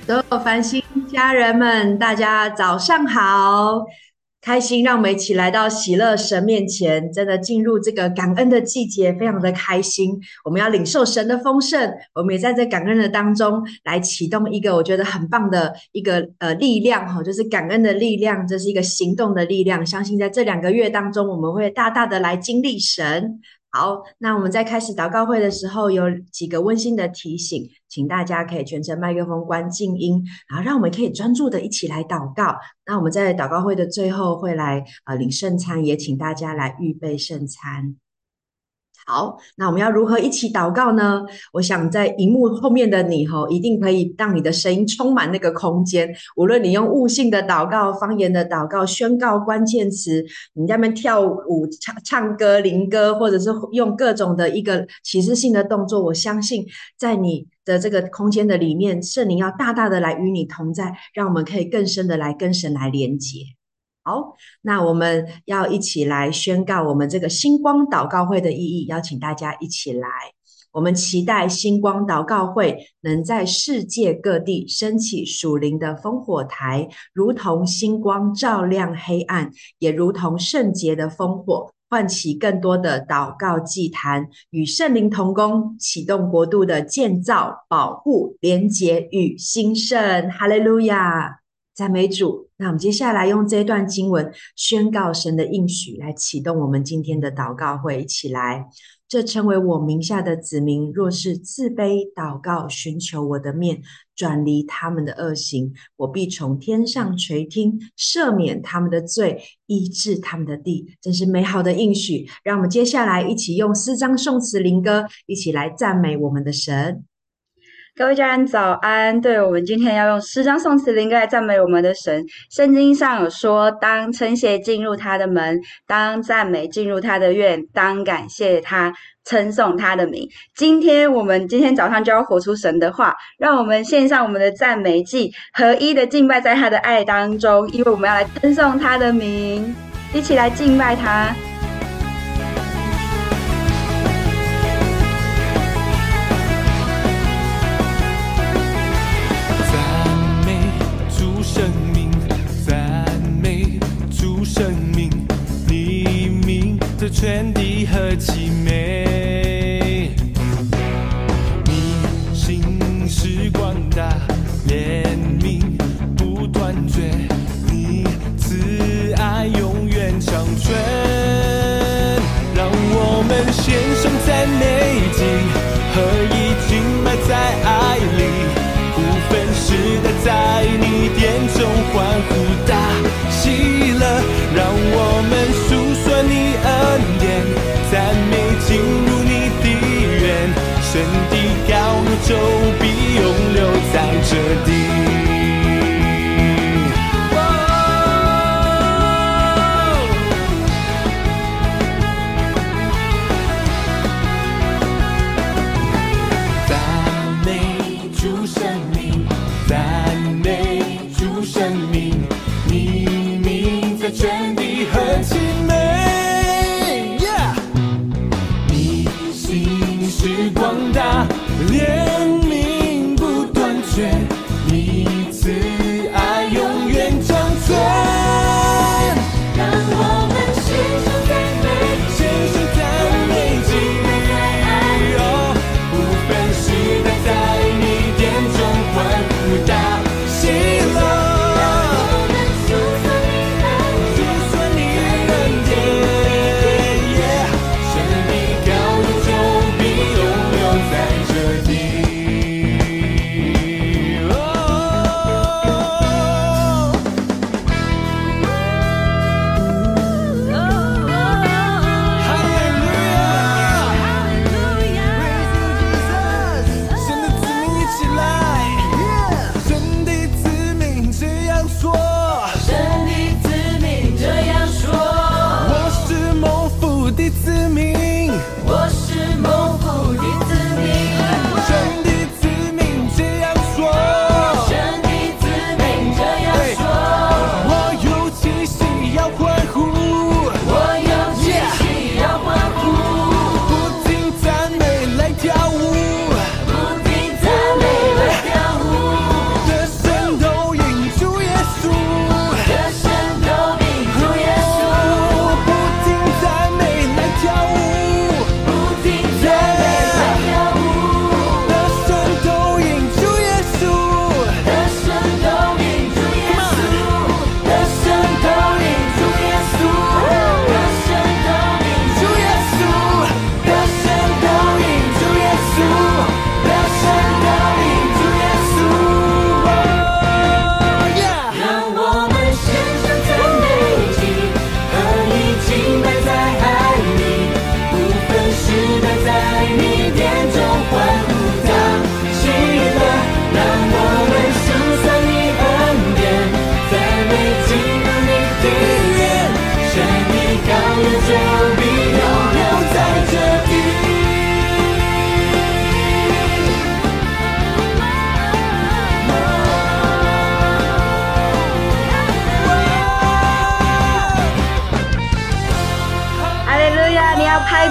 所有繁星家人们，大家早上好！开心，让我们一起来到喜乐神面前，真的进入这个感恩的季节，非常的开心。我们要领受神的丰盛，我们也在这感恩的当中来启动一个我觉得很棒的一个力量哈，就是感恩的力量，这是一个行动的力量。相信在这2个月当中，我们会大大的来经历神。好，那我们在开始祷告会的时候，有几个温馨的提醒，请大家可以全程麦克风关静音，然后让我们可以专注的一起来祷告。那我们在祷告会的最后会来领圣餐，也请大家来预备圣餐。好，那我们要如何一起祷告呢？我想在荧幕后面的你一定可以让你的声音充满那个空间。无论你用悟性的祷告、方言的祷告、宣告关键词，你在那边跳舞、唱歌、灵歌，或者是用各种的一个启示性的动作，我相信在你的这个空间的里面，圣灵要大大的来与你同在，让我们可以更深的来跟神来连结。好，那我们要一起来宣告我们这个星光祷告会的意义，邀请大家一起来。我们期待星光祷告会能在世界各地升起属灵的烽火台，如同星光照亮黑暗，也如同圣洁的烽火，唤起更多的祷告祭坛，与圣灵同工，启动国度的建造、保护、连结与兴盛。哈利路亚！赞美主。那我们接下来用这段经文宣告神的应许，来启动我们今天的祷告会。一起来，这称为我名下的子民，若是自卑祷告，寻求我的面，转离他们的恶行，我必从天上垂听，赦免他们的罪，医治他们的地。真是美好的应许。让我们接下来一起用诗章、颂词、灵歌，一起来赞美我们的神。 各位家人早安！对，我们今天要用诗章、颂词、灵歌来赞美我们的神。圣经上有说，当称谢进入他的门，当赞美进入他的院，当感谢他，称颂他的名。我们今天早上就要活出神的话，让我们献上我们的赞美祭，合一的敬拜在他的爱当中，因为我们要来称颂他的名，一起来敬拜他。 全地何其美，你心是广大，怜悯不断绝，你慈爱永远长存。让我们献上赞美祭，合一敬拜在爱里，不分时代在你殿中欢呼大喜乐。让我们诉说你恩典，赞美进入你的园，神的高怒就必永留在这地。赞美主生命，赞美主生命，你名在全地何其美。是广大，怜悯不断绝，你慈爱永远长存。让我们献上赞美，献上赞美祭，不分时代在你殿中欢呼大喜乐。在这地。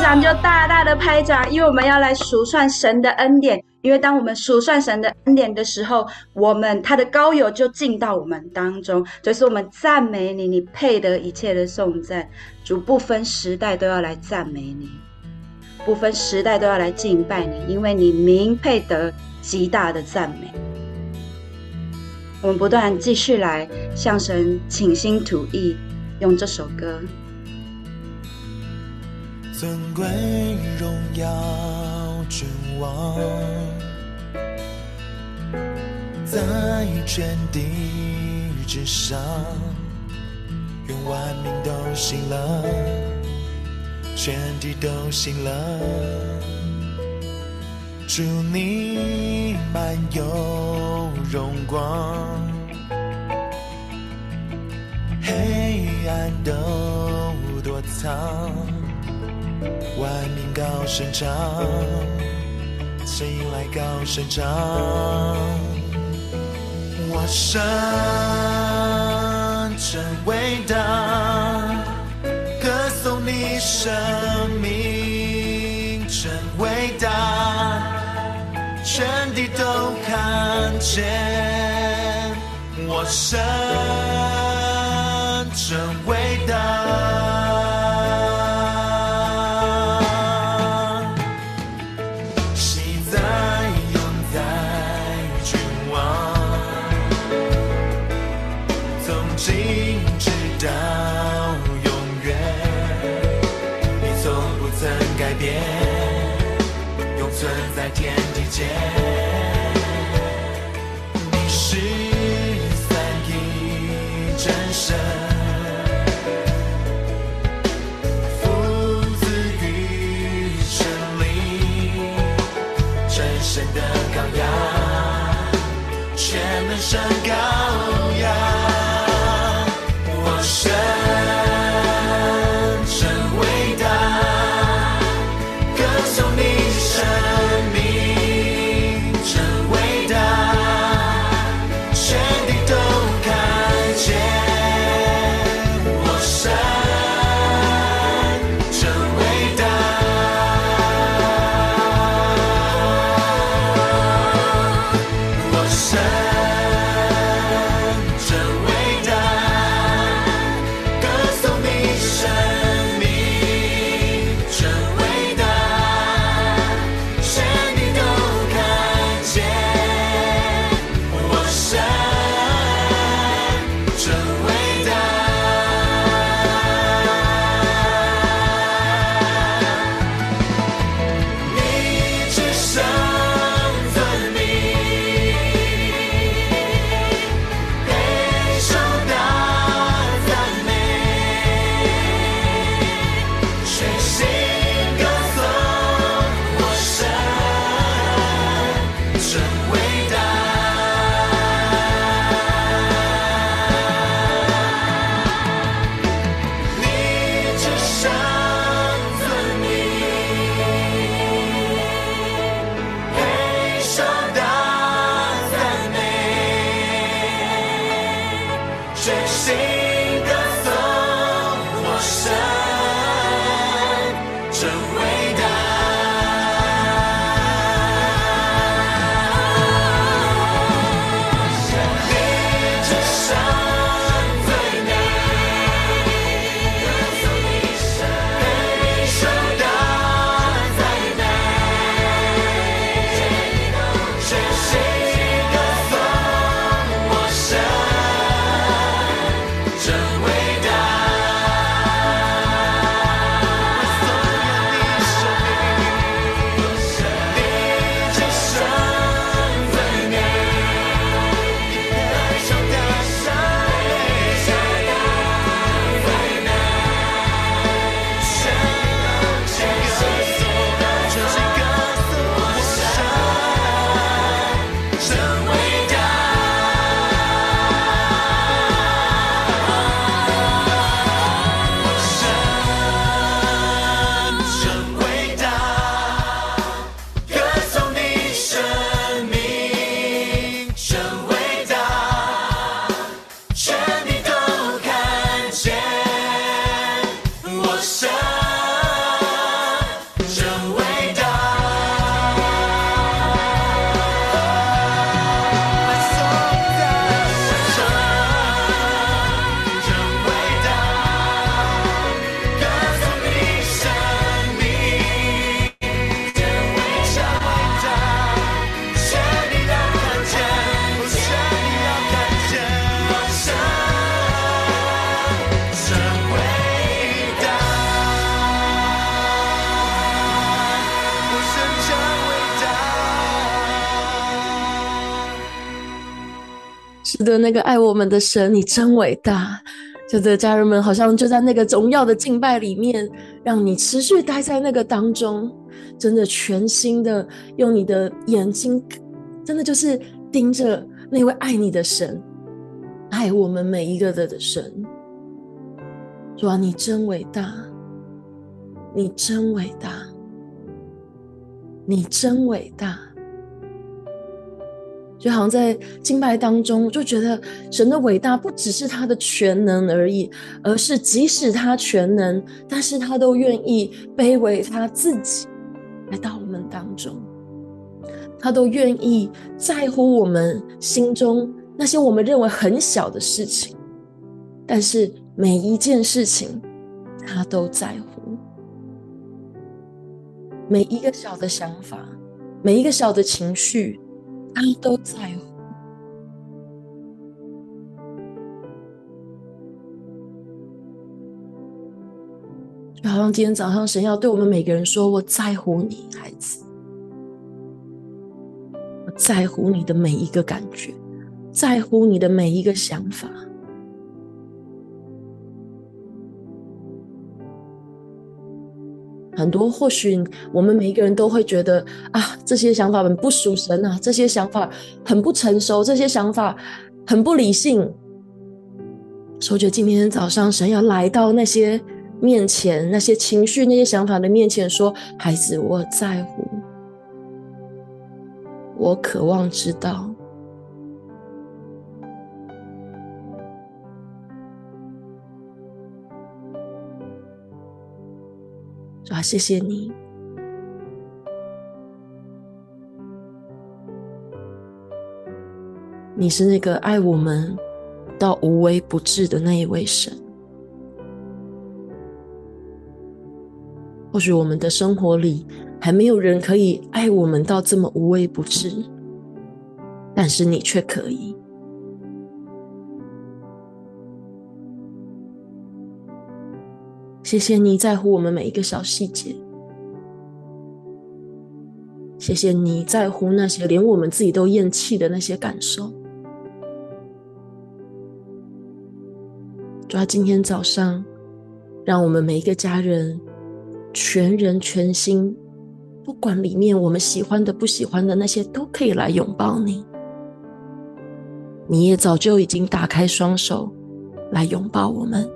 掌就大大的拍掌，因为我们要来数算神的恩典。因为当我们数算神的恩典的时候，他的膏油就进到我们当中。就是我们赞美你，你配得一切的颂赞。主不分时代都要来赞美你，不分时代都要来敬拜你，因为你名配得极大的赞美。我们不断继续来向神倾心吐意，用这首歌。 尊贵荣耀君王，在全地之上，愿万民都信了，全地都信了。主你满有荣光，黑暗都躲藏，万民高声唱，声音来高声唱。我神真伟大，歌颂你生命真伟大，全地都看见。我神真伟大。天地间，你是三一真神，父子与神灵，真神的羔羊，全能神羔羊，我神真伟大，歌颂你神。 是的，那个爱我们的神，你真伟大。就的家人们好像就在那个荣耀的敬拜里面，让你持续待在那个当中，真的全心的用你的眼睛，真的就是盯着那位爱你的神，爱我们每一个的神。主啊，你真伟大，你真伟大，你真伟大。就好像在敬拜当中，我就觉得神的伟大不只是他的全能而已，而是即使他全能，但是他都愿意卑微他自己来到我们当中，他都愿意在乎我们心中那些我们认为很小的事情，但是每一件事情他都在乎，每一个小的想法，每一个小的情绪他都在乎。就好像今天早上神要对我们每个人说，我在乎你孩子，我在乎你的每一个感觉，在乎你的每一个想法。很多或许我们每一个人都会觉得这些想法很不属神啊，这些想法很不成熟，这些想法很不理性。所以我觉得今天早上神要来到那些面前，那些情绪，那些想法的面前说，孩子，我在乎，我渴望知道。主啊，谢谢你，你是那个爱我们到无微不至的那一位神。或许我们的生活里还没有人可以爱我们到这么无微不至，但是你却可以。谢谢你在乎我们每一个小细节，谢谢你在乎那些连我们自己都厌弃的那些感受。主啊，今天早上让我们每一个家人全人全心，不管里面我们喜欢的不喜欢的那些都可以来拥抱你。你也早就已经打开双手来拥抱我们。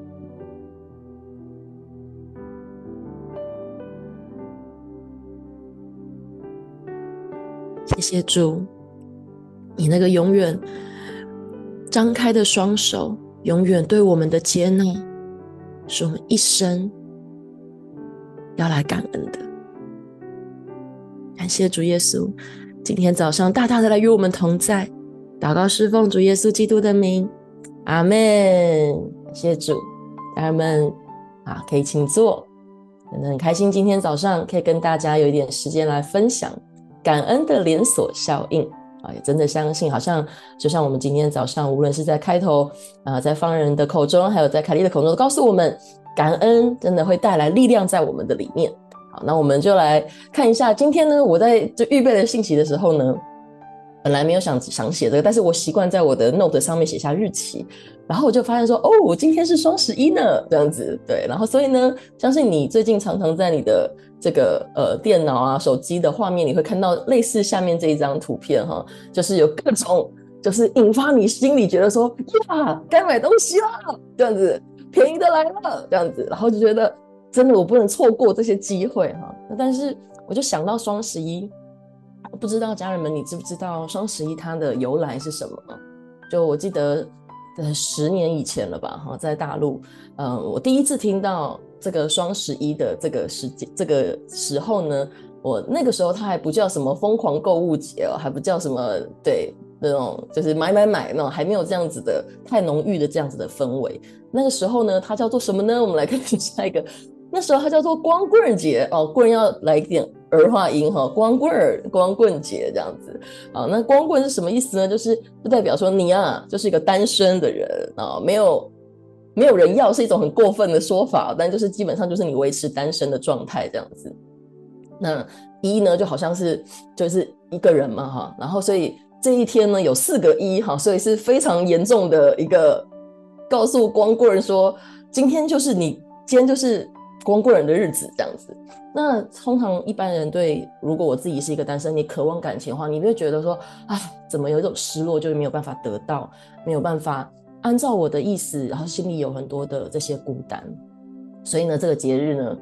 谢谢主，你那个永远张开的双手，永远对我们的接纳，是我们一生要来感恩的。感谢主耶稣，今天早上大大的来与我们同在，祷告侍奉主耶稣基督的名，阿们。感谢主，家人们可以请坐。真的很开心今天早上可以跟大家有一点时间来分享感恩的连锁效应也真的相信，好像就像我们今天早上无论是在开头在方人的口中，还有在凯莉的口中，都告诉我们感恩真的会带来力量在我们的里面。好，那我们就来看一下今天呢，我在就预备的信息的时候呢，本来没有想写这个，但是我习惯在我的 note 上面写下日期，然后我就发现说今天是双11呢，这样子。对，然后所以呢，相信你最近常常在你的这个电脑手机的画面，你会看到类似下面这一张图片就是有各种就是引发你心里觉得说呀，该买东西了，这样子，便宜的来了，这样子，然后就觉得真的我不能错过这些机会但是我就想到双11，不知道家人们你知不知道双11它的由来是什么？就我记得10年以前了吧在大陆我第一次听到这个双11的这个时候呢，我那个时候它还不叫什么疯狂购物节还不叫什么对那种就是买那种，还没有这样子的太浓郁的这样子的氛围。那个时候呢它叫做什么呢？我们来看下一个。那时候它叫做光棍节棍要来一点儿化音光棍节这样子那光棍是什么意思呢？就代表说你就是一个单身的人没有人要是一种很过分的说法，但就是基本上就是你维持单身的状态这样子。那一呢就好像是就是一个人嘛然后所以这一天呢有4个1哈，所以是非常严重的一个告诉光棍说，今天就是光棍人的日子这样子。那通常一般人如果我自己是一个单身，你渴望感情的话，你会觉得说怎么有一种失落，就是没有办法得到，没有办法按照我的意思，然后心里有很多的这些孤单。所以呢这个节日呢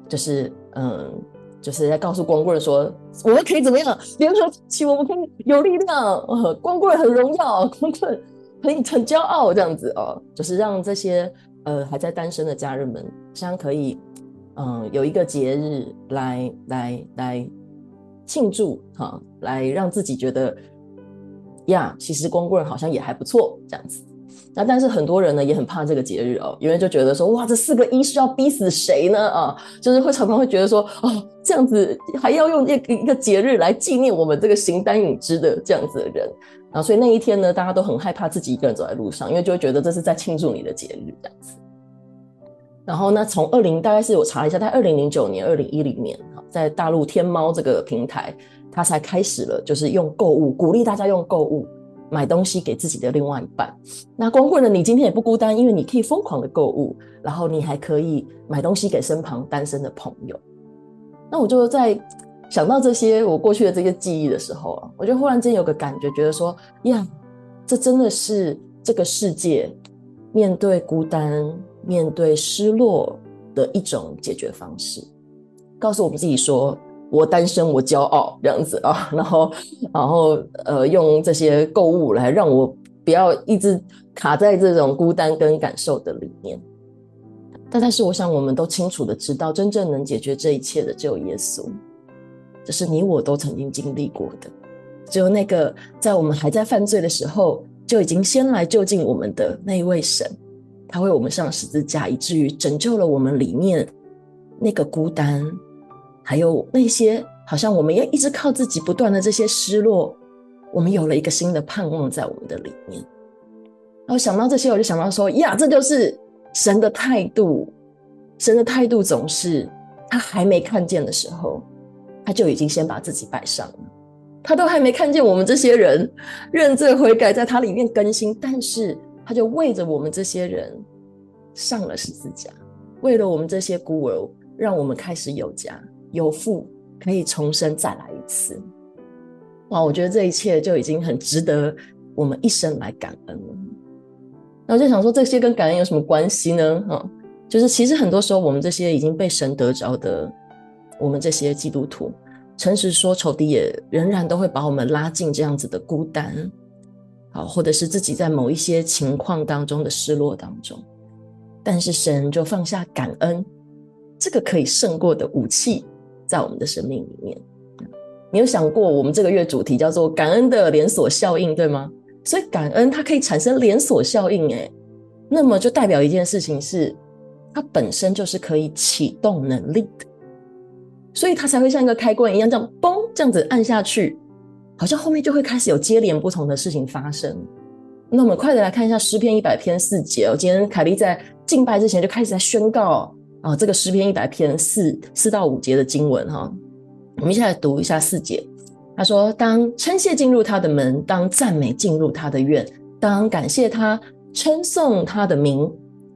就是在告诉光棍说，我们可以怎么样联合起，我们可以有力量，光棍很荣耀，光棍很骄傲这样子就是让这些还在单身的家人们现在可以有一个节日来庆祝来让自己觉得其实光棍好像也还不错这样子。那但是很多人呢也很怕这个节日因为就觉得说哇，这4个1是要逼死谁呢就是常常会觉得说这样子还要用一个节日来纪念我们这个形单影只的这样子的人所以那一天呢大家都很害怕自己一个人走在路上，因为就会觉得这是在庆祝你的节日这样子。然后呢从大概是我查了一下，在2009年2010年在大陆天猫这个平台，它才开始了就是用购物，鼓励大家用购物买东西给自己的另外一半。那光棍呢，你今天也不孤单，因为你可以疯狂的购物，然后你还可以买东西给身旁单身的朋友。那我就在想到这些我过去的这些记忆的时候我就忽然间有个感觉，觉得说这真的是这个世界面对孤单面对失落的一种解决方式，告诉我们自己说我单身我骄傲这样子然后用这些购物来让我不要一直卡在这种孤单跟感受的里面。但是我想我们都清楚的知道，真正能解决这一切的只有耶稣，这是你我都曾经经历过的，只有那个在我们还在犯罪的时候就已经先来就近我们的那一位神，他为我们上十字架，以至于拯救了我们里面那个孤单，还有那些好像我们要一直靠自己不断的这些失落，我们有了一个新的盼望在我们的里面。然后想到这些，我就想到说这就是神的态度。神的态度总是他还没看见的时候，他就已经先把自己摆上了，他都还没看见我们这些人认罪悔改在他里面更新，但是他就为着我们这些人上了十字架，为了我们这些孤儿，让我们开始有家有父，可以重生再来一次。我觉得这一切就已经很值得我们一生来感恩了。那我就想说，这些跟感恩有什么关系呢？就是其实很多时候我们这些已经被神得着的我们这些基督徒，诚实说仇敌也仍然都会把我们拉进这样子的孤单或者是自己在某一些情况当中的失落当中，但是神就放下感恩这个可以胜过的武器在我们的生命里面。你有想过我们这个月主题叫做感恩的连锁效应，对吗？所以感恩它可以产生连锁效应那么就代表一件事情是它本身就是可以启动能力的，所以它才会像一个开关一样，这样嘣这样子按下去，好像后面就会开始有接连不同的事情发生。那我们快点来看一下诗篇100篇4节今天凯莉在敬拜之前就开始在宣告这个诗篇100篇4到5节的经文我们一起来读一下4节。他说，当称谢进入他的门，当赞美进入他的院，当感谢他，称颂他的名。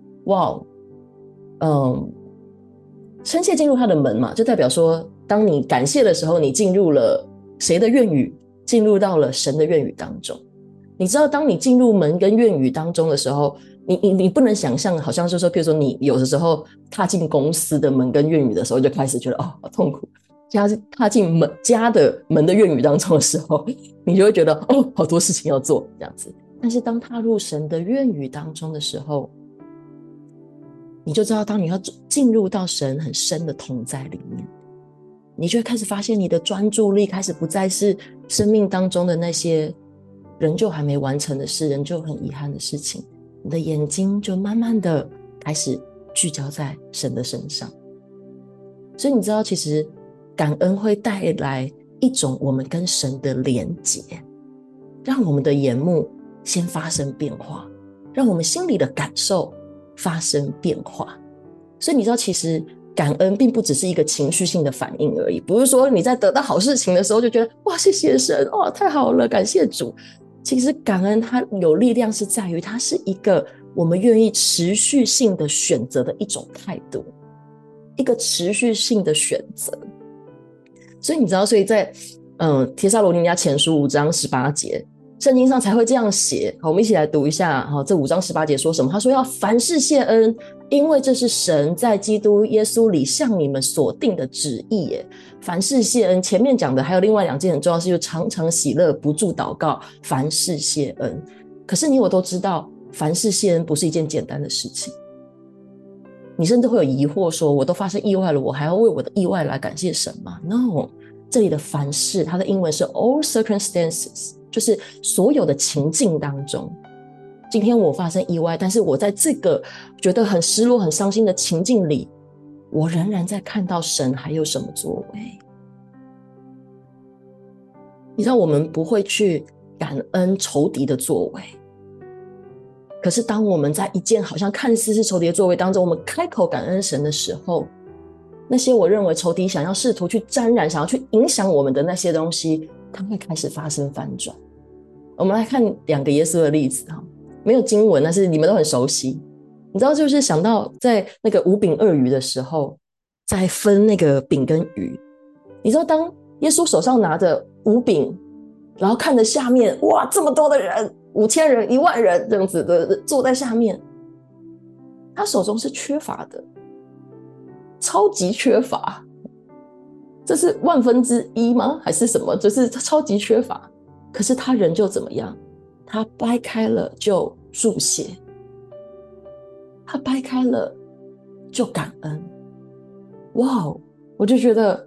称谢进入他的门嘛，就代表说当你感谢的时候，你进入了谁的院宇？进入到了神的院宇当中。你知道当你进入门跟院宇当中的时候，你不能想象好像就是说，譬如说你有的时候踏进公司的门跟院宇的时候，就开始觉得好痛苦，踏进家的门的院宇当中的时候，你就会觉得好多事情要做这样子。但是当踏入神的院宇当中的时候，你就知道当你要进入到神很深的同在里面，你就会开始发现你的专注力开始不再是生命当中的那些仍旧还没完成的事，仍旧很遗憾的事情，你的眼睛就慢慢的开始聚焦在神的身上。所以你知道其实感恩会带来一种我们跟神的连结，让我们的眼目先发生变化，让我们心里的感受发生变化。所以你知道其实感恩并不只是一个情绪性的反应而已，不是说你在得到好事情的时候就觉得哇谢谢神，哇太好了，感谢主。其实感恩它有力量是在于它是一个我们愿意持续性的选择的一种态度，一个持续性的选择。所以你知道，所以在帖撒罗尼迦前书5章18节圣经上才会这样写。好，我们一起来读一下这5章18节说什么。他说要凡事谢恩，因为这是神在基督耶稣里向你们所定的旨意耶。凡事谢恩，前面讲的还有另外2件很重要的事，就是常常喜乐，不住祷告，凡事谢恩。可是你我都知道，凡事谢恩不是一件简单的事情。你甚至会有疑惑说，我都发生意外了，我还要为我的意外来感谢神吗？ No， 这里的凡事它的英文是 all circumstances， 就是所有的情境当中。今天我发生意外，但是我在这个觉得很失落很伤心的情境里，我仍然在看到神还有什么作为。你知道我们不会去感恩仇敌的作为，可是当我们在一件好像看似是仇敌的作为当中，我们开口感恩神的时候，那些我认为仇敌想要试图去沾染，想要去影响我们的那些东西，它会开始发生翻转。我们来看2个耶稣的例子，没有经文，但是你们都很熟悉。你知道，就是想到在那个5饼2鱼的时候，在分那个饼跟鱼。你知道，当耶稣手上拿着5饼，然后看着下面，哇，这么多的人，5000人、10000人这样子的坐在下面，他手中是缺乏的，超级缺乏。这是1/1000吗？还是什么？就是超级缺乏。可是他人就怎么样？他掰开了就祝谢，他掰开了就感恩。哇，我就觉得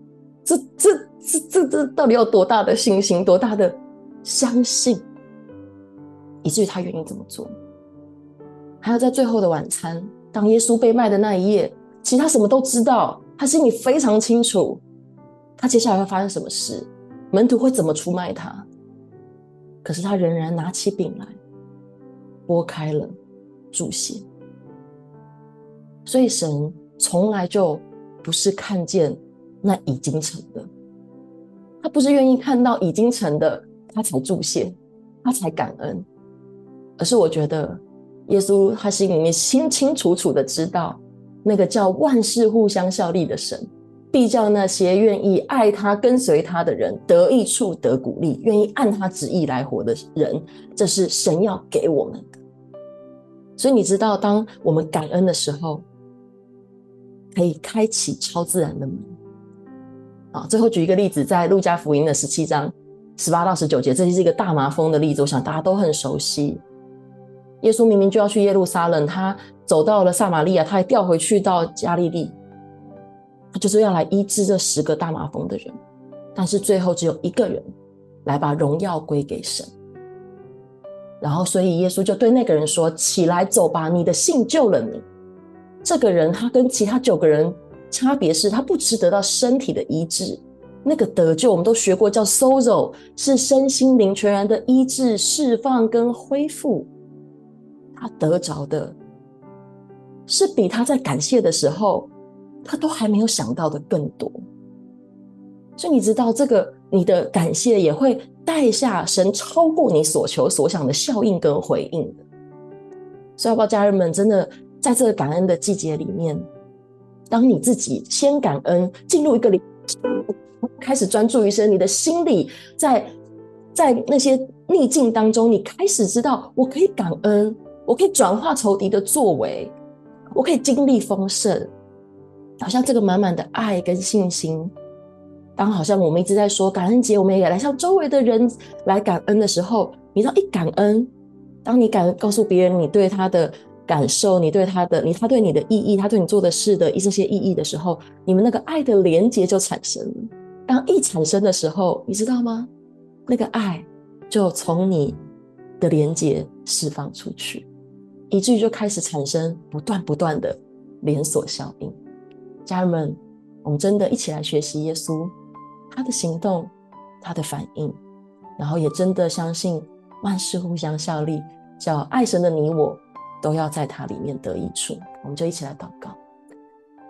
这到底有多大的信心，多大的相信，以至于他愿意这么做。还有在最后的晚餐，当耶稣被卖的那一夜，其实他什么都知道，他心里非常清楚他接下来会发生什么事，门徒会怎么出卖他。可是他仍然拿起饼来，拨开了祝谢。所以神从来就不是看见那已经成的，他不是愿意看到已经成的他才祝谢，他才感恩，而是我觉得耶稣他心里面清清楚楚的知道，那个叫万事互相效力的神，必叫那些愿意爱他跟随他的人得益处得鼓励，愿意按他旨意来活的人，这是神要给我们的。所以你知道，当我们感恩的时候，可以开启超自然的门。最后举一个例子，在路加福音的17章18到19节，这是一个大麻风的例子，我想大家都很熟悉。耶稣明明就要去耶路撒冷，他走到了撒玛利亚，他还调回去到加利利，他就是要来医治这10个大麻风的人，但是最后只有一个人来把荣耀归给神。然后所以耶稣就对那个人说，起来走吧，你的信救了你。这个人他跟其他9个人差别是，他不只得到身体的医治，那个得救我们都学过叫 sozo， 是身心灵全然的医治、释放跟恢复。他得着的是比他在感谢的时候他都还没有想到的更多。所以你知道，这个你的感谢也会带下神超过你所求所想的效应跟回应的。所以要不要家人们真的在这个感恩的季节里面，当你自己先感恩，进入一个开始专注于神，你的心里在那些逆境当中，你开始知道我可以感恩，我可以转化仇敌的作为，我可以经历丰盛，好像这个满满的爱跟信心。当好像我们一直在说感恩节，我们也来向周围的人来感恩的时候，你知道一感恩，当你告诉别人你对他的感受，你对他对你的意义，他对你做的事的这些意义的时候，你们那个爱的连结就产生了。当一产生的时候，你知道吗？那个爱就从你的连结释放出去，以至于就开始产生不断的连锁效应。家人们，我们真的一起来学习耶稣他的行动，他的反应，然后也真的相信万事互相效力，叫爱神的你我都要在他里面得益处。我们就一起来祷告。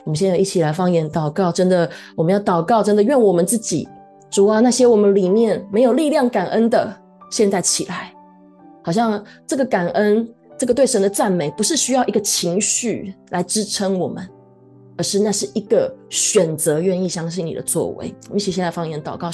我们现在一起来方言祷告，真的我们要祷告，真的愿我们自己，主啊，那些我们里面没有力量感恩的，现在起来，好像这个感恩，这个对神的赞美不是需要一个情绪来支撑我们，而是那是一个选择，愿意相信你的作为。我们一起现在方言祷告，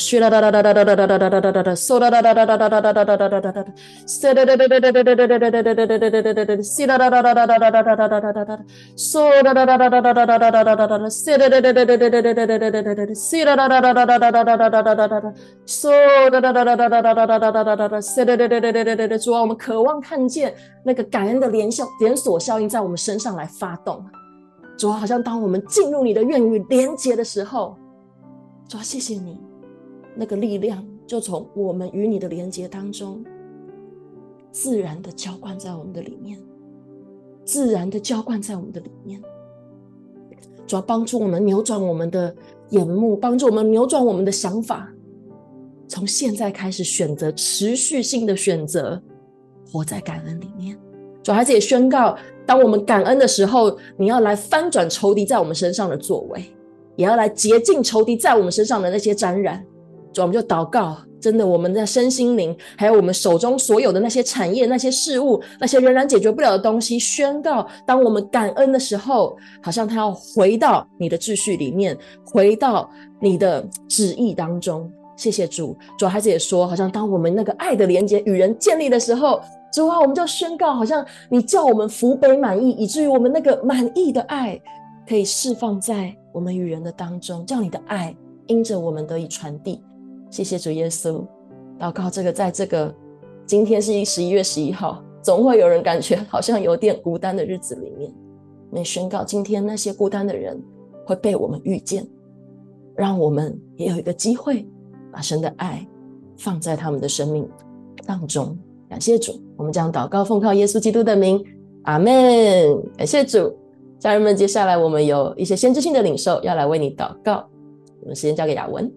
主啊，我们渴望看见那个感恩的连锁效应在我们身上来发动。主啊，好像当我们进入你的愿与连结的时候，主啊，谢谢你，那个力量就从我们与你的连结当中自然的浇灌在我们的里面，自然的浇灌在我们的里面。主啊，帮助我们扭转我们的眼目，帮助我们扭转我们的想法，从现在开始选择持续性的选择活在感恩里面。主啊，孩子也宣告，当我们感恩的时候，你要来翻转仇敌在我们身上的作为，也要来洁净仇敌在我们身上的那些沾染。主啊，我们就祷告，真的我们在身心灵还有我们手中所有的那些产业，那些事物，那些仍然解决不了的东西，宣告当我们感恩的时候，好像他要回到你的秩序里面，回到你的旨意当中。谢谢主。主啊，孩子也说，好像当我们那个爱的连结与人建立的时候，主啊，我们就宣告，好像你叫我们福杯满溢，以至于我们那个满溢的爱可以释放在我们与人的当中，叫你的爱因着我们得以传递。谢谢主耶稣。祷告这个，在这个今天是11月11号，总会有人感觉好像有点孤单的日子里面，我们宣告今天那些孤单的人会被我们遇见，让我们也有一个机会把神的爱放在他们的生命当中。感谢主，我们将祷告奉靠耶稣基督的名，阿们。感谢主。家人们，接下来我们有一些先知性的领受要来为你祷告，我们时间交给雅文。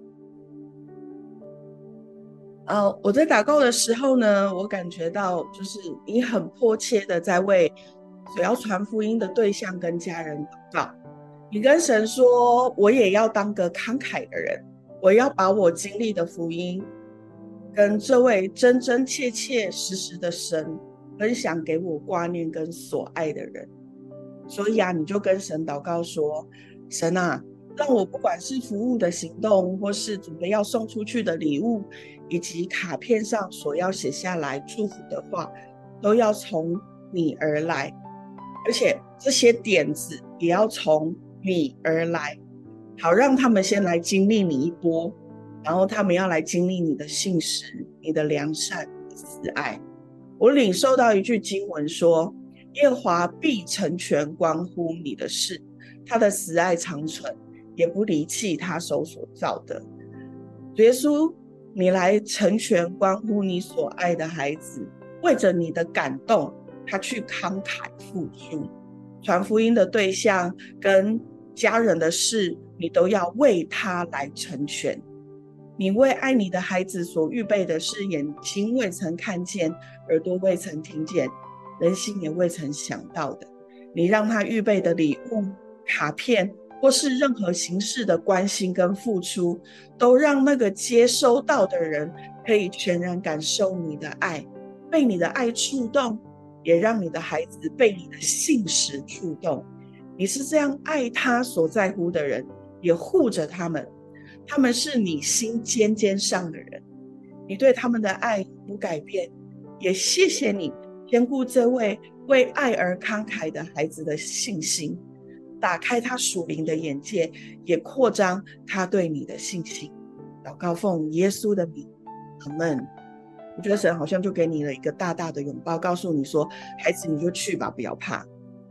我在祷告的时候呢，我感觉到就是你很迫切的在为所要传福音的对象跟家人祷告。你跟神说，我也要当个慷慨的人，我要把我经历的福音跟这位真真切切实实的神分享给我挂念跟所爱的人。所以你就跟神祷告说，神啊，让我不管是服务的行动，或是准备要送出去的礼物，以及卡片上所要写下来祝福的话，都要从你而来，而且这些点子也要从你而来，好让他们先来经历你一波，然后他们要来经历你的信实、你的良善、你的慈爱。我领受到一句经文说，耶和华必成全关乎你的事，他的慈爱长存，也不离弃他手所造的。主耶稣，你来成全关乎你所爱的孩子，为着你的感动，他去慷慨付出，传福音的对象跟家人的事，你都要为他来成全。你为爱你的孩子所预备的是眼睛未曾看见，耳朵未曾听见，人心也未曾想到的。你让他预备的礼物、卡片，或是任何形式的关心跟付出，都让那个接收到的人可以全然感受你的爱，被你的爱触动，也让你的孩子被你的信实触动。你是这样爱他所在乎的人，也护着他们，他们是你心尖尖上的人，你对他们的爱不改变。也谢谢你兼顾这位为爱而慷慨的孩子的信心，打开他属灵的眼界，也扩张他对你的信心。祷告奉耶稣的名，阿们。我觉得神好像就给你了一个大大的拥抱，告诉你说，孩子，你就去吧，不要怕。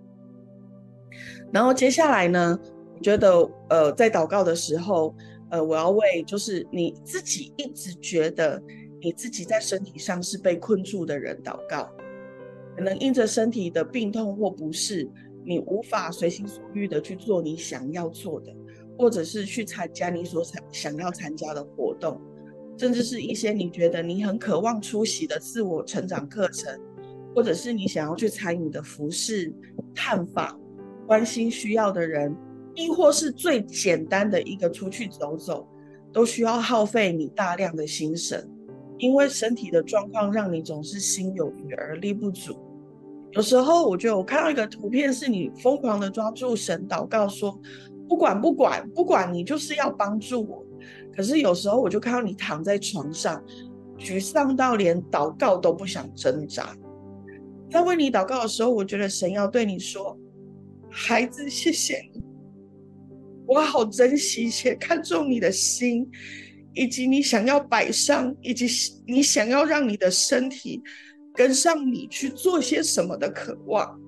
然后接下来呢，我觉得在祷告的时候，我要为就是你自己一直觉得你自己在身体上是被困住的人祷告。可能因着身体的病痛或不适，你无法随心所欲的去做你想要做的，或者是去参加你所想要参加的活动，甚至是一些你觉得你很渴望出席的自我成长课程，或者是你想要去参与的服事、探访、关心需要的人， 亦或是最简单的一个出去走走，都需要耗费你大量的心神，因为身体的状况让你总是心有余而力不足。有时候我觉得我看到一个图片，是你疯狂的抓住神祷告说不管你就是要帮助我，可是有时候我就看到你躺在床上沮丧到连祷告都不想挣扎。在为你祷告的时候，我觉得神要对你说，孩子，谢谢你，我好珍惜且看重你的心，以及你想要摆上，以及你想要让你的身体跟上你去做些什么的渴望。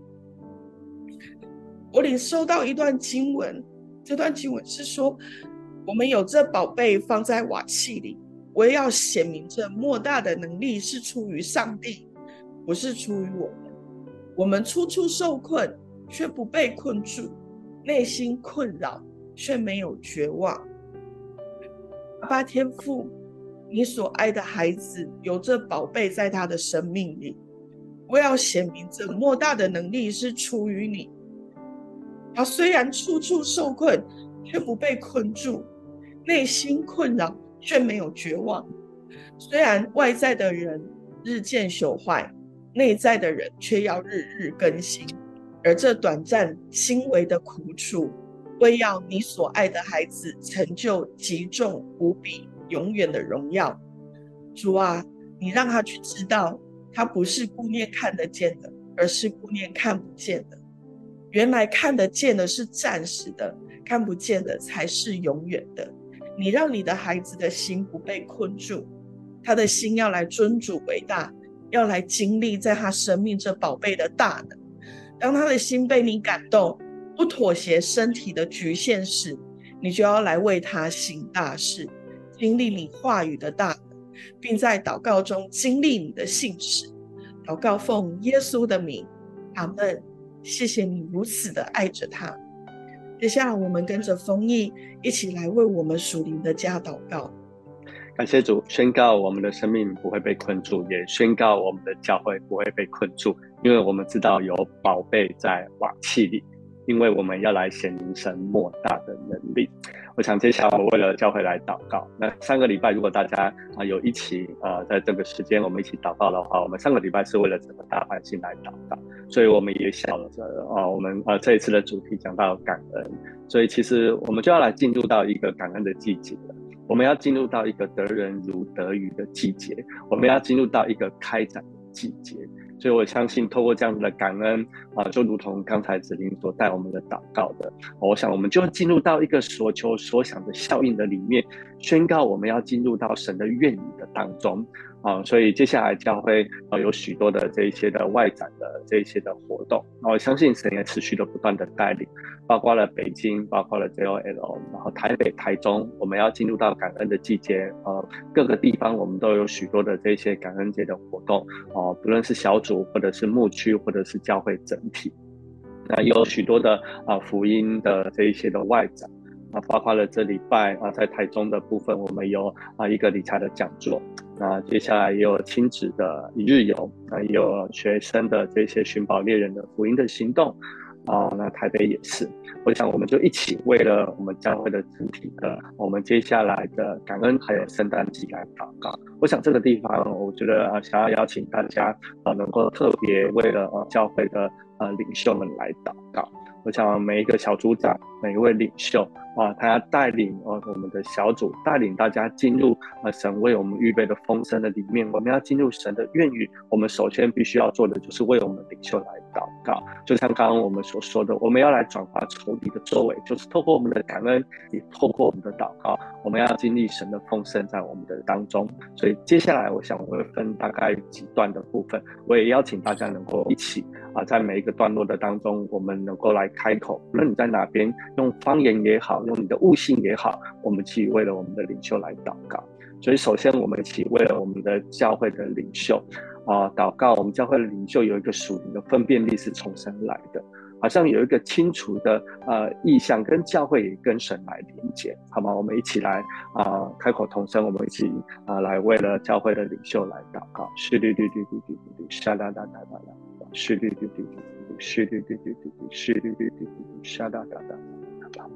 我领受到一段经文，这段经文是说，我们有这宝贝放在瓦器里，我也要显明这莫大的能力是出于上帝，不是出于我们。我们处处受困，却不被困住，内心困扰，却没有绝望。阿爸天父，你所爱的孩子有这宝贝在他的生命里，我要显明这莫大的能力是出于你。他虽然处处受困，却不被困住，内心困扰，却没有绝望。虽然外在的人日渐朽坏，内在的人却要日日更新，而这短暂轻微的苦楚，为要你所爱的孩子成就极重无比永远的荣耀。主啊，你让他去知道，他不是顾念看得见的，而是顾念看不见的。原来看得见的是暂时的，看不见的才是永远的。你让你的孩子的心不被困住，他的心要来尊主为大，要来经历在他生命这宝贝的大能。当他的心被你感动，不妥协身体的局限时，你就要来为他行大事，经历你话语的大能，并在祷告中经历你的信实。祷告奉耶稣的名，阿们。谢谢你如此的爱着他。接下来我们跟着丰毅一起来为我们属灵的家祷告。 感谢主，宣告我们的生命不会被困住，也宣告我们的教会不会被困住，因为我们知道有宝贝在瓦器里，因为我们要来显明神莫大的能力。我想接下来我为了教会来祷告。那上个礼拜如果大家有一起在这个时间我们一起祷告的话，我们上个礼拜是为了整个大环境来祷告，所以我们也想着我们这一次的主题讲到感恩，所以其实我们就要来进入到一个感恩的季节了。我们要进入到一个得人如得鱼的季节，我们要进入到一个开展的季节。所以我相信透过这样的感恩就如同刚才子琳所带我们的祷告的，我想我们就进入到一个所求所想的效应的里面，宣告我们要进入到神的愿意的当中所以接下来教会有许多的这一些的外展的这一些的活动，我相信神也持续的不断的带领，包括了北京，包括了 JOL， 然后台北、台中，我们要进入到感恩的季节各个地方我们都有许多的这些感恩节的活动不论是小组或者是牧区或者是教会整体，那有许多的福音的这一些的外展包括了这礼拜在台中的部分，我们有一个理财的讲座，那接下来也有亲子的一日游，也有学生的这些寻宝猎人的福音的行动那台北也是。我想我们就一起为了我们教会的整体的我们接下来的感恩还有圣诞季来祷告。我想这个地方我觉得想要邀请大家能够特别为了教会的领袖们来祷告。我想每一个小组长，每一位领袖他要带领我们的小组，带领大家进入神为我们预备的丰盛的里面。我们要进入神的愿语，我们首先必须要做的就是为我们领袖来祷告。就像刚刚我们所说的，我们要来转化仇敌的作为，就是透过我们的感恩，也透过我们的祷告，我们要经历神的丰盛在我们的当中。所以接下来我想我会分大概几段的部分，我也邀请大家能够一起在每一个段落的当中，我们能够来开口，无论你在哪边，用方言也好，用你的悟性也好，我们一起为了我们的领袖来祷告。所以首先我们一起为了我们的教会的领袖祷告。我们教会的领袖有一个属灵的分辨力是从神来的，好像有一个清楚的意向跟教会也跟神来连接，好吗？我们一起来开口同声，我们一起来为了教会的领袖来祷告。是绿绿绿绿绿绿沙哒哒哒哒哒，是绿绿绿绿绿是绿绿绿绿绿是绿绿绿绿绿沙哒哒哒哒哒。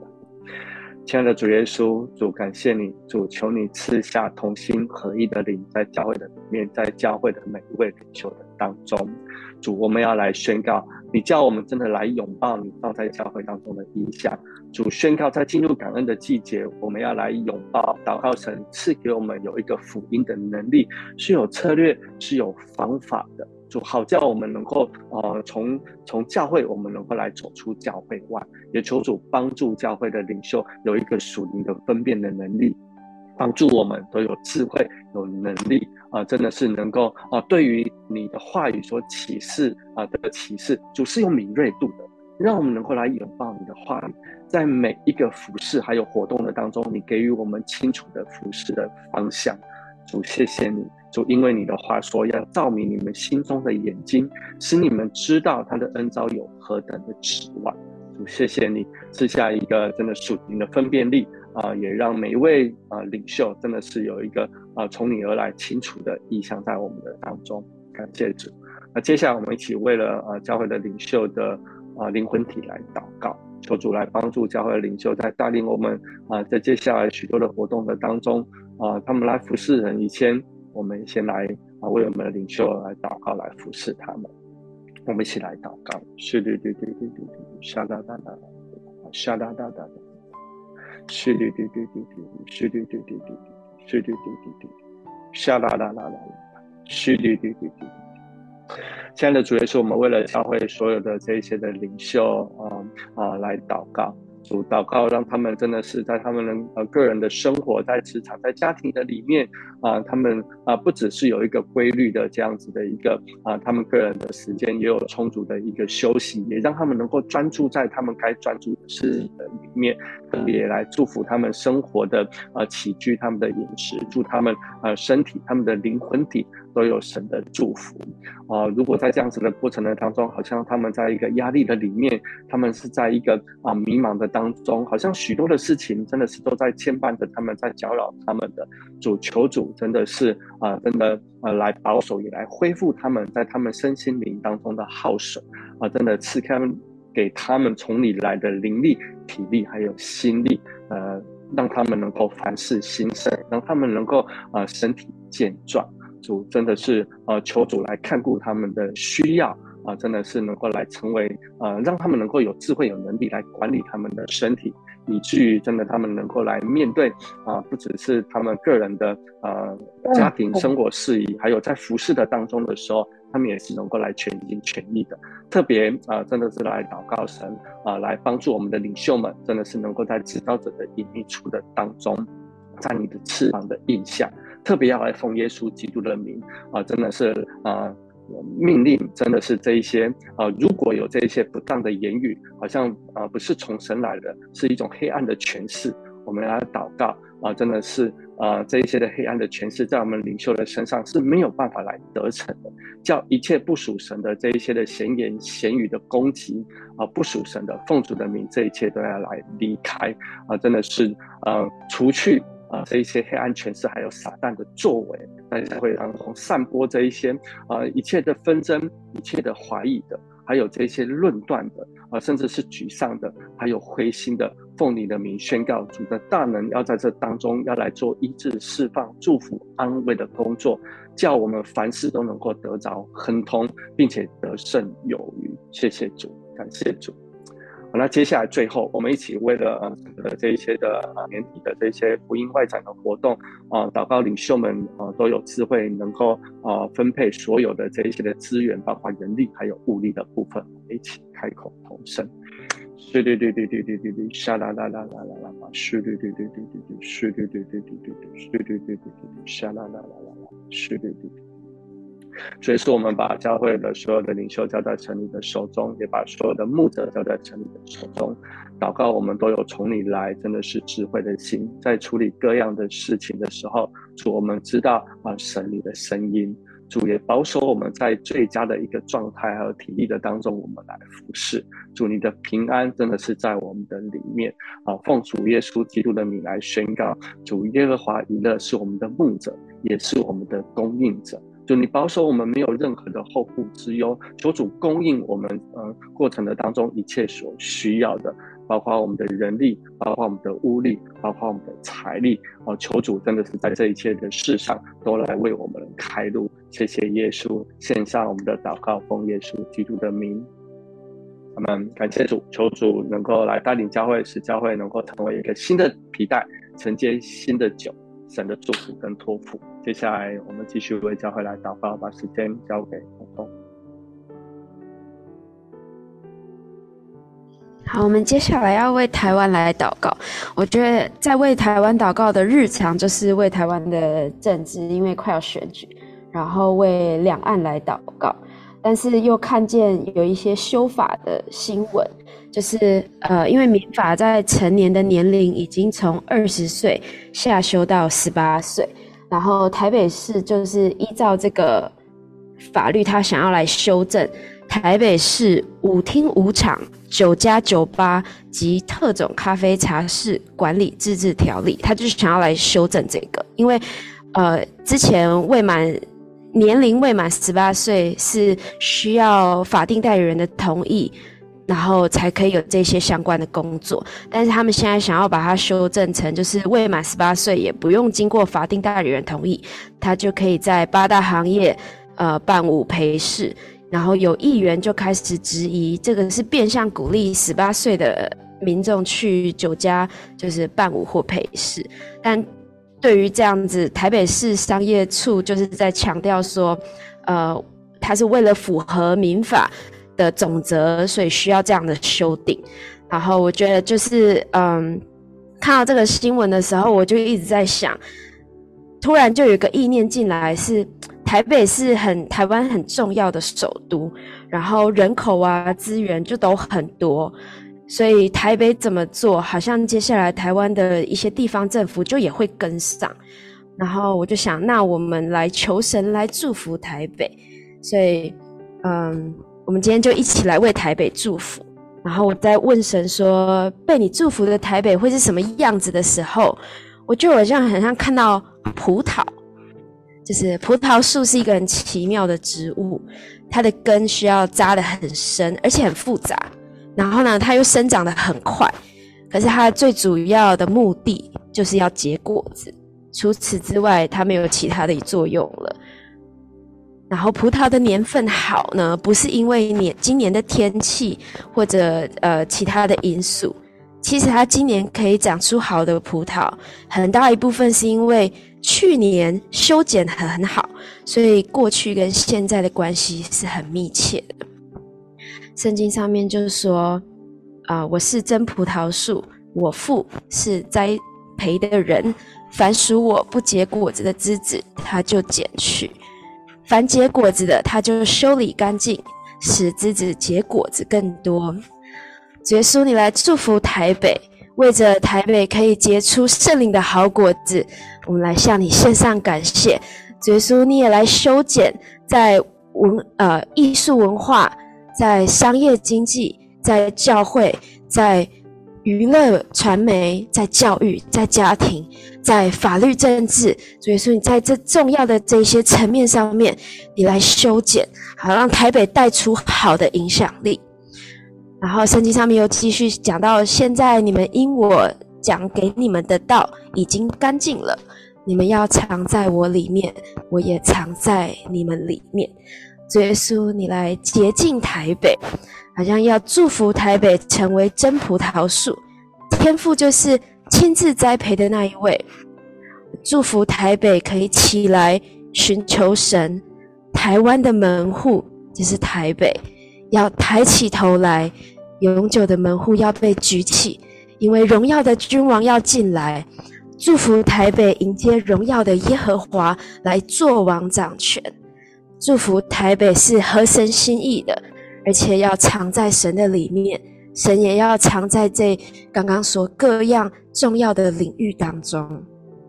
亲爱的主耶稣，主感谢你，主求你赐下同心合一的灵，在教会的里面，在教会的每一位领袖的当中。主，我们要来宣告，你叫我们真的来拥抱你放在教会当中的意象。主宣告，在进入感恩的季节，我们要来拥抱祷告神赐给我们有一个福音的能力，是有策略，是有方法的。主，好叫我们能够从教会我们能够来走出教会外，也求主帮助教会的领袖有一个属灵的分辨的能力，帮助我们都有智慧有能力真的是能够对于你的话语所启示的启示，主是有敏锐度的，让我们能够来拥抱你的话语，在每一个服事还有活动的当中，你给予我们清楚的服事的方向。主，谢谢你，主，因为你的话说要照明你们心中的眼睛，使你们知道他的恩召有何等的指望。主，谢谢你赐下一个真的属灵的分辨力也让每一位领袖真的是有一个从你而来清楚的意向在我们的当中。感谢主。那接下来我们一起为了教会的领袖的灵魂体来祷告，求主来帮助教会的领袖在带领我们在接下来许多的活动的当中他们来服侍人以前，我们先来为我们的领袖来祷告，来服侍他们。我们一起来祷告。是的对对对对对，沙哒哒哒，沙哒哒哒，是的对对对对，是的对对对对，是的对对对，沙哒哒哒哒，是的对对对。亲爱的主耶稣，我们为了教会所有的这一些的领袖来祷告。主，祷告让他们真的是在他们个人的生活，在职场，在家庭的里面他们不只是有一个规律的这样子的一个他们个人的时间，也有充足的一个休息，也让他们能够专注在他们该专注的事情的里面，也来祝福他们生活的起居，他们的饮食，祝他们身体，他们的灵魂体都有神的祝福如果在这样子的过程的当中，好像他们在一个压力的里面，他们是在一个迷茫的当中，好像许多的事情真的是都在牵绊着他们，在搅扰他们的。主，求主真的是真的来保守，也来恢复他们在他们身心灵当中的耗损真的赐给他们从你来的灵力、体力还有心力让他们能够凡事兴盛，让他们能够身体健壮。主，真的是求主来看顾他们的需要真的是能够来成为让他们能够有智慧有能力来管理他们的身体，以至于真的他们能够来面对不只是他们个人的家庭生活事宜，还有在服事的当中的时候，他们也是能够来全心全意的。特别真的是来祷告神来帮助我们的领袖们，真的是能够在指导者的隐秘处的当中，在你的翅膀的印下，特别要来奉耶稣基督的名真的是命令，真的是这一些如果有这一些不当的言语，好像不是从神来的，是一种黑暗的权势，我们来祷告真的是这一些的黑暗的权势在我们领袖的身上是没有办法来得逞的，叫一切不属神的这一些的闲言闲语的攻击不属神的奉主的名，这一切都要来离开真的是除去这一些黑暗权势还有撒旦的作为，在教会当中散播这一些一切的纷争，一切的怀疑的，还有这些论断的甚至是沮丧的，还有灰心的，奉你的名宣告主的大能要在这当中要来做医治释放祝福安慰的工作，叫我们凡事都能够得着亨通，并且得胜有余。谢谢主，感谢主。那接下来最后我们一起为了这一些的年底的这些福音外展的活动祷告领袖们都有智慧能够分配所有的这一些的资源，包括人力还有物力的部分，我们一起开口同声是对对对对对对对，沙啦啦啦啦啦啦，是对对对对对对，是对对对对对对，是对对对对对，沙啦啦啦啦啦，是对对对。所以说我们把教会的所有的领袖交在神你的手中，也把所有的牧者交在神你的手中，祷告我们都有从你来真的是智慧的心，在处理各样的事情的时候，主我们知道神你的声音，主也保守我们在最佳的一个状态还有体力的当中，我们来服侍。主你的平安真的是在我们的里面奉主耶稣基督的名来宣告，主耶和华以勒是我们的牧者，也是我们的供应者。就你保守我们没有任何的后顾之忧，求主供应我们过程的当中一切所需要的， 包括我们的人力，包括我们的物力，包括我们的财力。求主真的是在这一切的事上都来为我们开路。谢谢耶稣，献上我们的祷告，奉耶稣基督的名。我们感谢主，求主能够来带领教会，使教会能够成为一个新的皮带，承接新的酒，神的祝福跟托付。接下来我们继续为教会来祷告，把时间交给彤彤。 好，我们接下来要为台湾来祷告。我觉得在为台湾祷告的日常，就是为台湾的政治，因为快要选举，然后为两岸来祷告。但是又看见有一些修法的新闻，就是因为民法在成年的年龄已经从20岁下修到18岁，然后台北市就是依照这个法律，他想要来修正台北市舞厅舞场、酒家酒吧及特种咖啡茶室管理自治条例，他就是想要来修正这个，因为之前年龄未满18岁是需要法定代理人的同意，然后才可以有这些相关的工作。但是他们现在想要把它修正成，就是未满18岁也不用经过法定代理人同意，他就可以在8大行业办舞陪侍。然后有议员就开始质疑，这个是变相鼓励18岁的民众去酒家就是伴舞或陪侍。但对于这样子，台北市商业处就是在强调说，它是为了符合民法的总则，所以需要这样的修订。然后我觉得就是看到这个新闻的时候，我就一直在想，突然就有一个意念进来，是台北是台湾很重要的首都，然后人口啊资源就都很多，所以台北怎么做，好像接下来台湾的一些地方政府就也会跟上。然后我就想，那我们来求神来祝福台北，所以我们今天就一起来为台北祝福。然后我在问神说，被你祝福的台北会是什么样子的时候，我就好像看到葡萄，就是葡萄树是一个很奇妙的植物，它的根需要扎得很深，而且很复杂。然后呢，它又生长得很快，可是它最主要的目的就是要结果子，除此之外它没有其他的作用了。然后葡萄的年份好呢，不是因为今年的天气或者其他的因素，其实它今年可以长出好的葡萄，很大一部分是因为去年修剪很好，所以过去跟现在的关系是很密切的。圣经上面就是说我是真葡萄树，我父是栽培的人，凡属我不结果子的枝子他就剪去，凡结果子的他就修理干净，使枝子结果子更多。主耶稣，你来祝福台北，为着台北可以结出圣灵的好果子，我们来向你献上感谢。主耶稣，你也来修剪在艺术文化，在商业经济，在教会，在娱乐传媒，在教育，在家庭，在法律政治。主耶稣，你在这重要的这些层面上面，你来修剪，好让台北带出好的影响力。然后圣经上面又继续讲到，现在你们因我讲给你们的道已经干净了，你们要藏在我里面，我也藏在你们里面。主耶稣，你来洁净台北，好像要祝福台北成为真葡萄树，天父就是亲自栽培的那一位。祝福台北可以起来寻求神，台湾的门户就是台北，要抬起头来，永久的门户要被举起，因为荣耀的君王要进来。祝福台北迎接荣耀的耶和华来作王掌权。祝福台北是合神心意的，而且要藏在神的里面，神也要藏在这刚刚说各样重要的领域当中。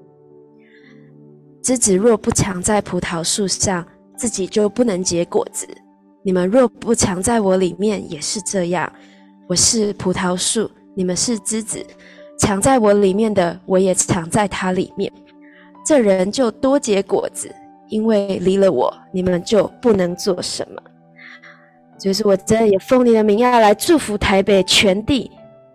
枝子若不藏在葡萄树上，自己就不能结果子。你们若不藏在我里面，也是这样。我是葡萄树，你们是枝子，藏在我里面的，我也藏在他里面。这人就多结果子，因为离了我，你们就不能做什么。就是我真的也奉你的名要来祝福台北全地，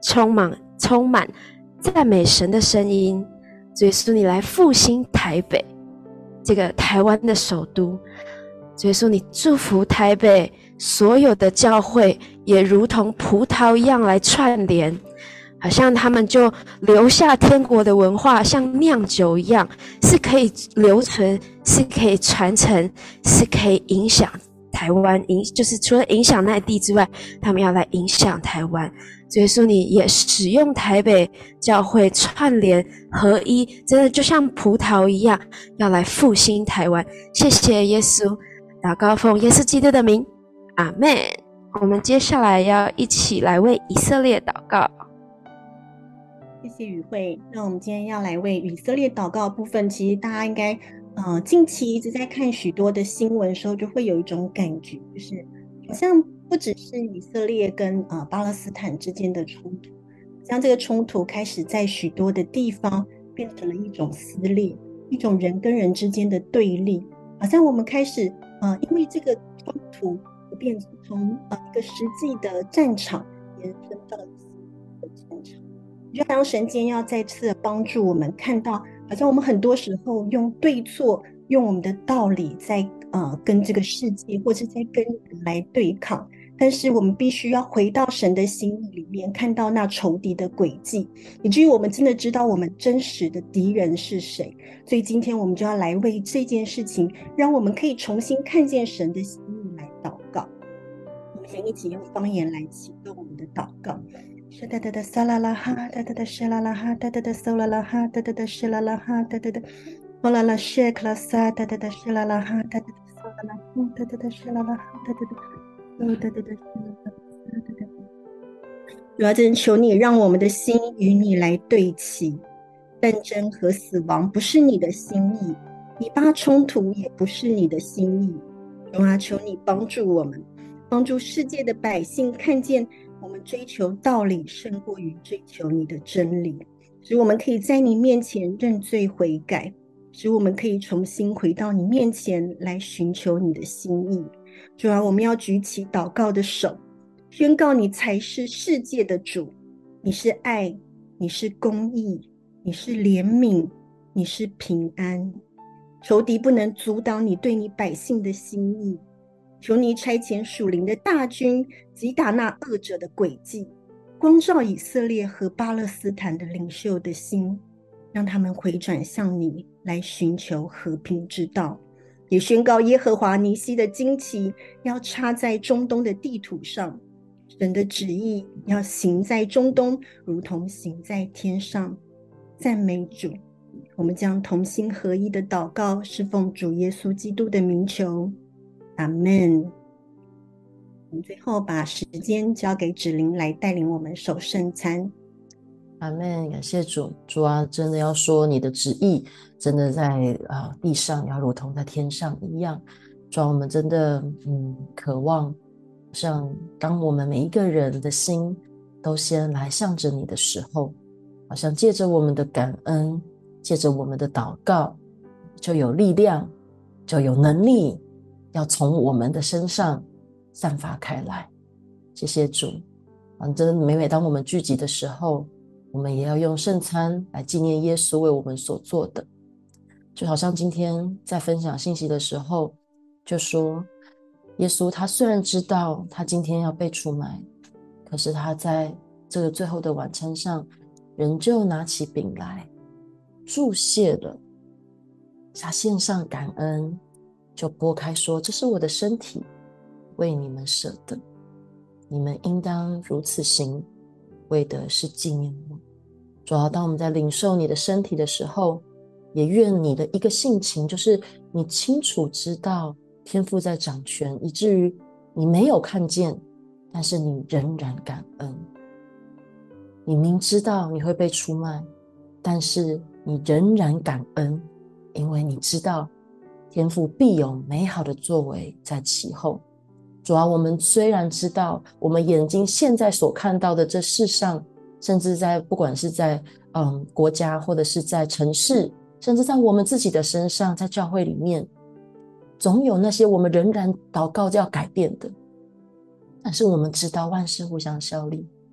充满赞美神的声音。主耶稣，你来复兴台北这个台湾的首都。主耶稣，你祝福台北所有的教会也如同葡萄一样来串联，好像他们就留下天国的文化，像酿酒一样，是可以留存，是可以传承，是可以影响台湾，就是除了影响那地之外，他们要来影响台湾。主耶稣，你也使用台北教会串联合一，真的就像葡萄一样，要来复兴台湾。谢谢耶稣，祷告奉耶稣基督的名，阿们。我们接下来要一起来为以色列祷告。 谢谢宇慧。那我们今天要来为以色列祷告的部分，其实大家应该近期一直在看许多的新闻的时候，就会有一种感觉，就是好像不只是以色列跟巴勒斯坦之间的冲突，像这个冲突开始在许多的地方变成了一种撕裂，一种人跟人之间的对立，好像我们开始因为这个冲突变成从一个实际的战场延伸到一个战场。我觉得好像神今天要再次帮助我们看到，好像我们很多时候用对错，用我们的道理在跟这个世界或是在跟人来对抗，但是我们必须要回到神的心意里面，看到那仇敌的诡计，以至于我们真的知道我们真实的敌人是谁。所以今天我们就要来为这件事情，让我们可以重新看见神的心意来祷告。我们先一起用方言来启动我们的祷告。是哒哒哒沙啦啦哈，哒哒哒是啦啦哈，哒哒哒嗖啦啦哈，哒哒哒是啦啦哈，哒哒哒嗖啦啦是克拉萨，哒哒哒是啦啦哈，哒哒哒嗖啦啦哈，哒哒哒是啦啦哈，哒哒哒嗖哒哒哒是啦啦哈，哒哒哒。主要真求你让我们的心与你来对齐，战争和死亡不是你的心意，以巴冲突也不是你的心意。主啊，求你帮助我们，帮助世界的百姓看见我们追求道理胜过于追求你的真理，使我们可以在你面前认罪悔改，使我们可以重新回到你面前来寻求你的心意。主啊，我们要举起祷告的手，宣告你才是世界的主，你是爱，你是公义，你是怜悯，你是平安。仇敌不能阻挡你对你百姓的心意，求你差遣属灵的大军，击打那恶者的诡计，光照以色列和巴勒斯坦的领袖的心，让他们回转向你，来寻求和平之道。也宣告耶和华尼西的旌旗要插在中东的地土上，神的旨意要行在中东，如同行在天上。赞美主。我们将同心合一的祷告，是奉主耶稣基督的名求，阿们。我们最后把时间交给芷玲来带领我们守圣餐。 阿们，感谢主。主啊，真的要说你的旨意真的在地上要如同在天上一样。主啊，我们真的渴望，像当我们每一个人的心都先来向着你的时候，好像借着我们的感恩，借着我们的祷告，就有力量，就有能力要从我们的身上散发开来。谢谢主。真的每当我们聚集的时候，我们也要用圣餐来纪念耶稣为我们所做的。就好像今天在分享信息的时候就说，耶稣他虽然知道他今天要被出卖，可是他在这个最后的晚餐上仍旧拿起饼来祝谢了，他献上感恩，就拨开说，这是我的身体，为你们舍的，你们应当如此行，为的是纪念我。主要当我们在领受你的身体的时候，也愿你的一个性情，就是你清楚知道天父在掌权，以至于你没有看见，但是你仍然感恩。你明知道你会被出卖，但是你仍然感恩，因为你知道天父必有美好的作为在其后。主啊，我们虽然知道我们眼睛现在所看到的这世上，甚至在不管是在国家，或者是在城市，甚至在我们自己的身上，在教会里面，总有那些我们仍然祷告要改变的，但是我们知道万事互相效力，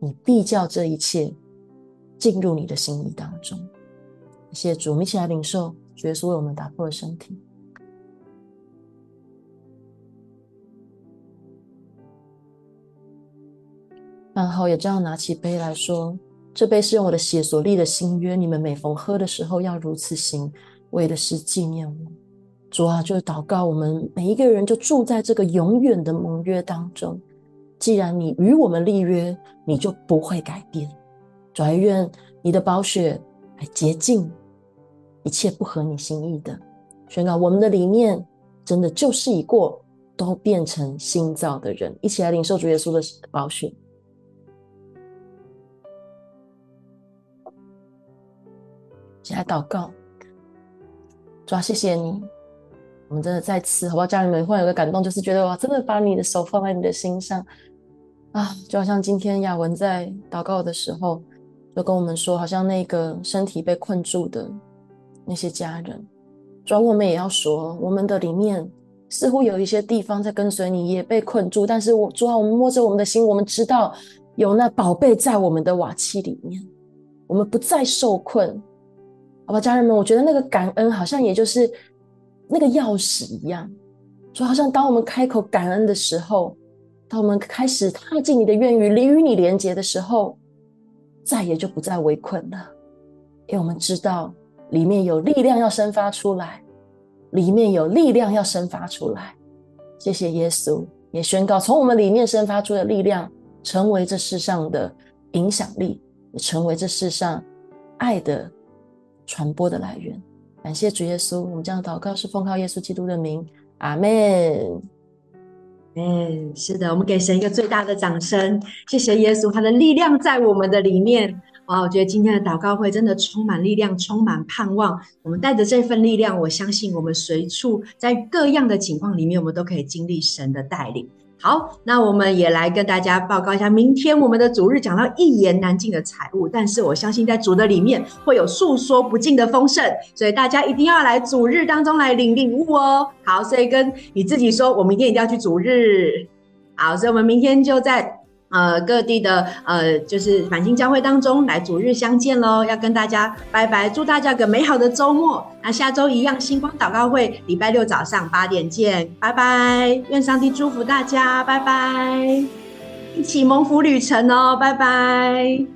你必叫这一切进入你的心意当中。谢谢主，我们一起来领受主耶稣为我们打破的身体。饭后也这样拿起杯来说，这杯是用我的血所立的新约，你们每逢喝的时候要如此行，为的是纪念我。主啊，就祷告我们每一个人就住在这个永远的盟约当中。既然你与我们立约，你就不会改变。主啊，愿你的宝血来洁净一切不合你心意的，宣告我们的里面真的旧事已过，都变成新造的人。一起来领受主耶稣的宝血。一起来祷告。主啊，谢谢你，我们真的再次好不好？家人们忽然有个感动，就是觉得哇，真的把你的手放在你的心上啊，就好像今天雅文在祷告的时候就跟我们说，好像那个身体被困住的那些家人，主啊，我们也要说，我们的里面似乎有一些地方在跟随你也被困住，但是主啊，我们摸着我们的心，我们知道有那宝贝在我们的瓦器里面，我们不再受困。好吧，家人们，我觉得那个感恩好像也就是那个钥匙一样，说好像当我们开口感恩的时候，当我们开始踏进你的愿与你连结的时候，再也就不再围困了，因为我们知道里面有力量要生发出来，里面有力量要生发出来。谢谢耶稣，也宣告从我们里面生发出的力量成为这世上的影响力，也成为这世上爱的传播的来源。感谢主耶稣，我们这样祷告是奉靠耶稣基督的名，阿们。 是的，我们给神一个最大的掌声。谢谢耶稣，他的力量在我们的里面。哇，我觉得今天的祷告会真的充满力量，充满盼望。我们带着这份力量，我相信我们随处在各样的情况里面，我们都可以经历神的带领。好，那我们也来跟大家报告一下，明天我们的主日讲到一言难尽的财物，但是我相信在主的里面会有诉说不尽的丰盛，所以大家一定要来主日当中来领悟哦。好，所以跟你自己说，我明天一定要去主日。好，所以我们明天就在各地的就是繁星教会当中来主日相见咯，要跟大家拜拜，祝大家有个美好的周末。那下周一样星光祷告会礼拜六早上8点见，拜拜，愿上帝祝福大家，拜拜，一起蒙福旅程哦，拜拜。